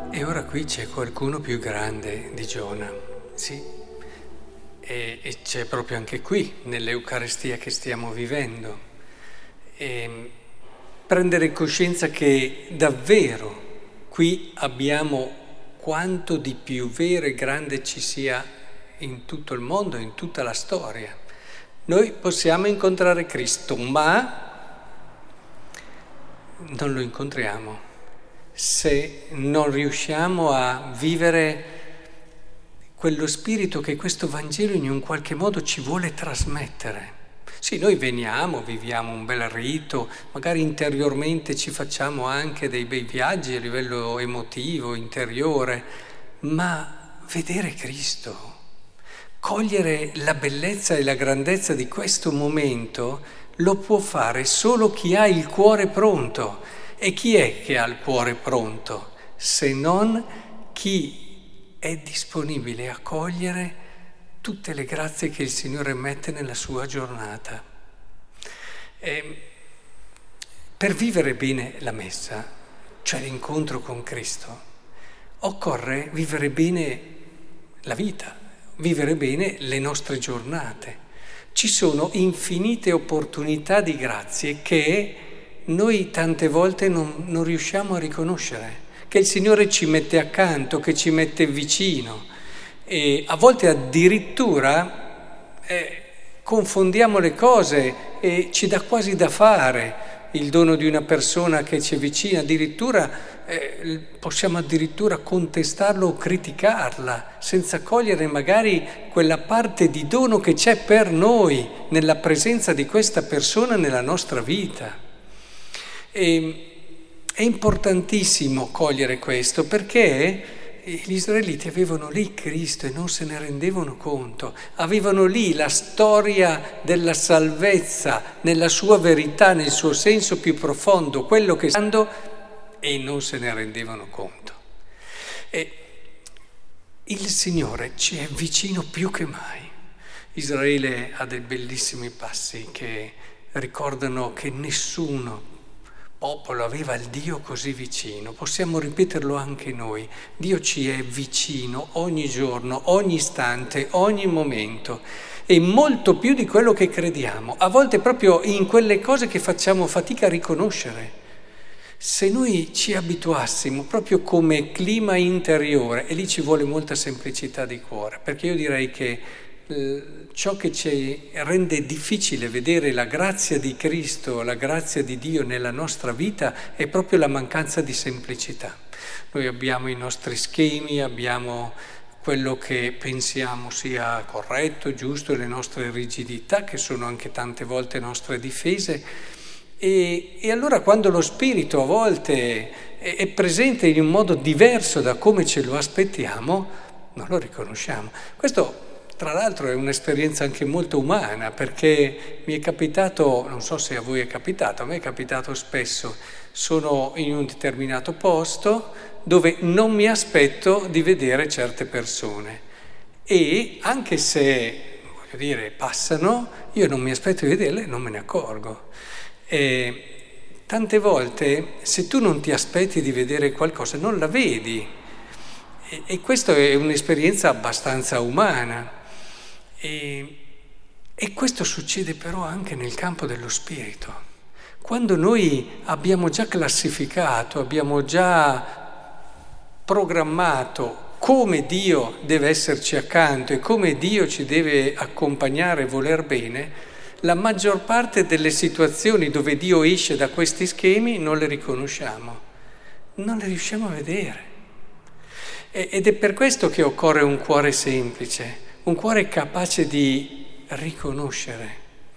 E ora qui c'è qualcuno più grande di Giona, sì, e c'è proprio anche qui, nell'Eucaristia che stiamo vivendo. E prendere coscienza che davvero qui abbiamo quanto di più vero e grande ci sia in tutto il mondo, in tutta la storia. Noi possiamo incontrare Cristo, ma non lo incontriamo se non riusciamo a vivere quello spirito che questo Vangelo in un qualche modo ci vuole trasmettere. Sì, noi veniamo, viviamo un bel rito, magari interiormente ci facciamo anche dei bei viaggi a livello emotivo, interiore, ma vedere Cristo, cogliere la bellezza e la grandezza di questo momento lo può fare solo chi ha il cuore pronto. E chi è che ha il cuore pronto, se non chi è disponibile a cogliere tutte le grazie che il Signore mette nella sua giornata? Per vivere bene la messa, cioè l'incontro con Cristo, occorre vivere bene la vita, vivere bene le nostre giornate. Ci sono infinite opportunità di grazie che noi tante volte non riusciamo a riconoscere, che il Signore ci mette accanto, che ci mette vicino, e a volte addirittura confondiamo le cose e ci dà quasi da fare il dono di una persona che ci è vicina, addirittura possiamo addirittura contestarlo o criticarla senza cogliere magari quella parte di dono che c'è per noi nella presenza di questa persona nella nostra vita. È importantissimo cogliere questo perché gli israeliti avevano lì Cristo e non se ne rendevano conto, avevano lì la storia della salvezza nella sua verità, nel suo senso più profondo, quello che stanno e non se ne rendevano conto. E il Signore ci è vicino più che mai. Israele ha dei bellissimi passi che ricordano che nessuno popolo aveva il Dio così vicino. Possiamo ripeterlo anche noi. Dio ci è vicino ogni giorno, ogni istante, ogni momento e molto più di quello che crediamo. A volte proprio in quelle cose che facciamo fatica a riconoscere. Se noi ci abituassimo proprio come clima interiore, e lì ci vuole molta semplicità di cuore, perché io direi che ciò che ci rende difficile vedere la grazia di Cristo, la grazia di Dio nella nostra vita è proprio la mancanza di semplicità. Noi abbiamo i nostri schemi, abbiamo quello che pensiamo sia corretto, giusto, le nostre rigidità che sono anche tante volte nostre difese e allora quando lo Spirito a volte è presente in un modo diverso da come ce lo aspettiamo, non lo riconosciamo. Questo tra l'altro è un'esperienza anche molto umana, perché mi è capitato, non so se a voi è capitato, a me è capitato spesso, sono in un determinato posto dove non mi aspetto di vedere certe persone e anche se, voglio dire, passano, io non mi aspetto di vederle e non me ne accorgo. Tante volte se tu non ti aspetti di vedere qualcosa non la vedi e questa è un'esperienza abbastanza umana. E questo succede però anche nel campo dello spirito. Quando noi abbiamo già classificato, abbiamo già programmato come Dio deve esserci accanto e come Dio ci deve accompagnare e voler bene, la maggior parte delle situazioni dove Dio esce da questi schemi non le riconosciamo, non le riusciamo a vedere. Ed è per questo che occorre un cuore semplice, un cuore capace di riconoscere.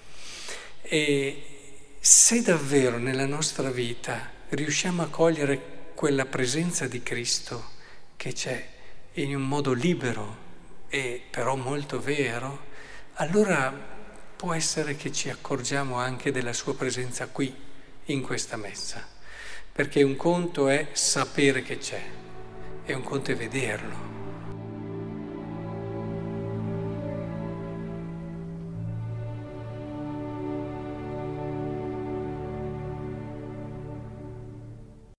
E se davvero nella nostra vita riusciamo a cogliere quella presenza di Cristo che c'è in un modo libero e però molto vero, allora può essere che ci accorgiamo anche della sua presenza qui, in questa messa. Perché un conto è sapere che c'è e un conto è vederlo.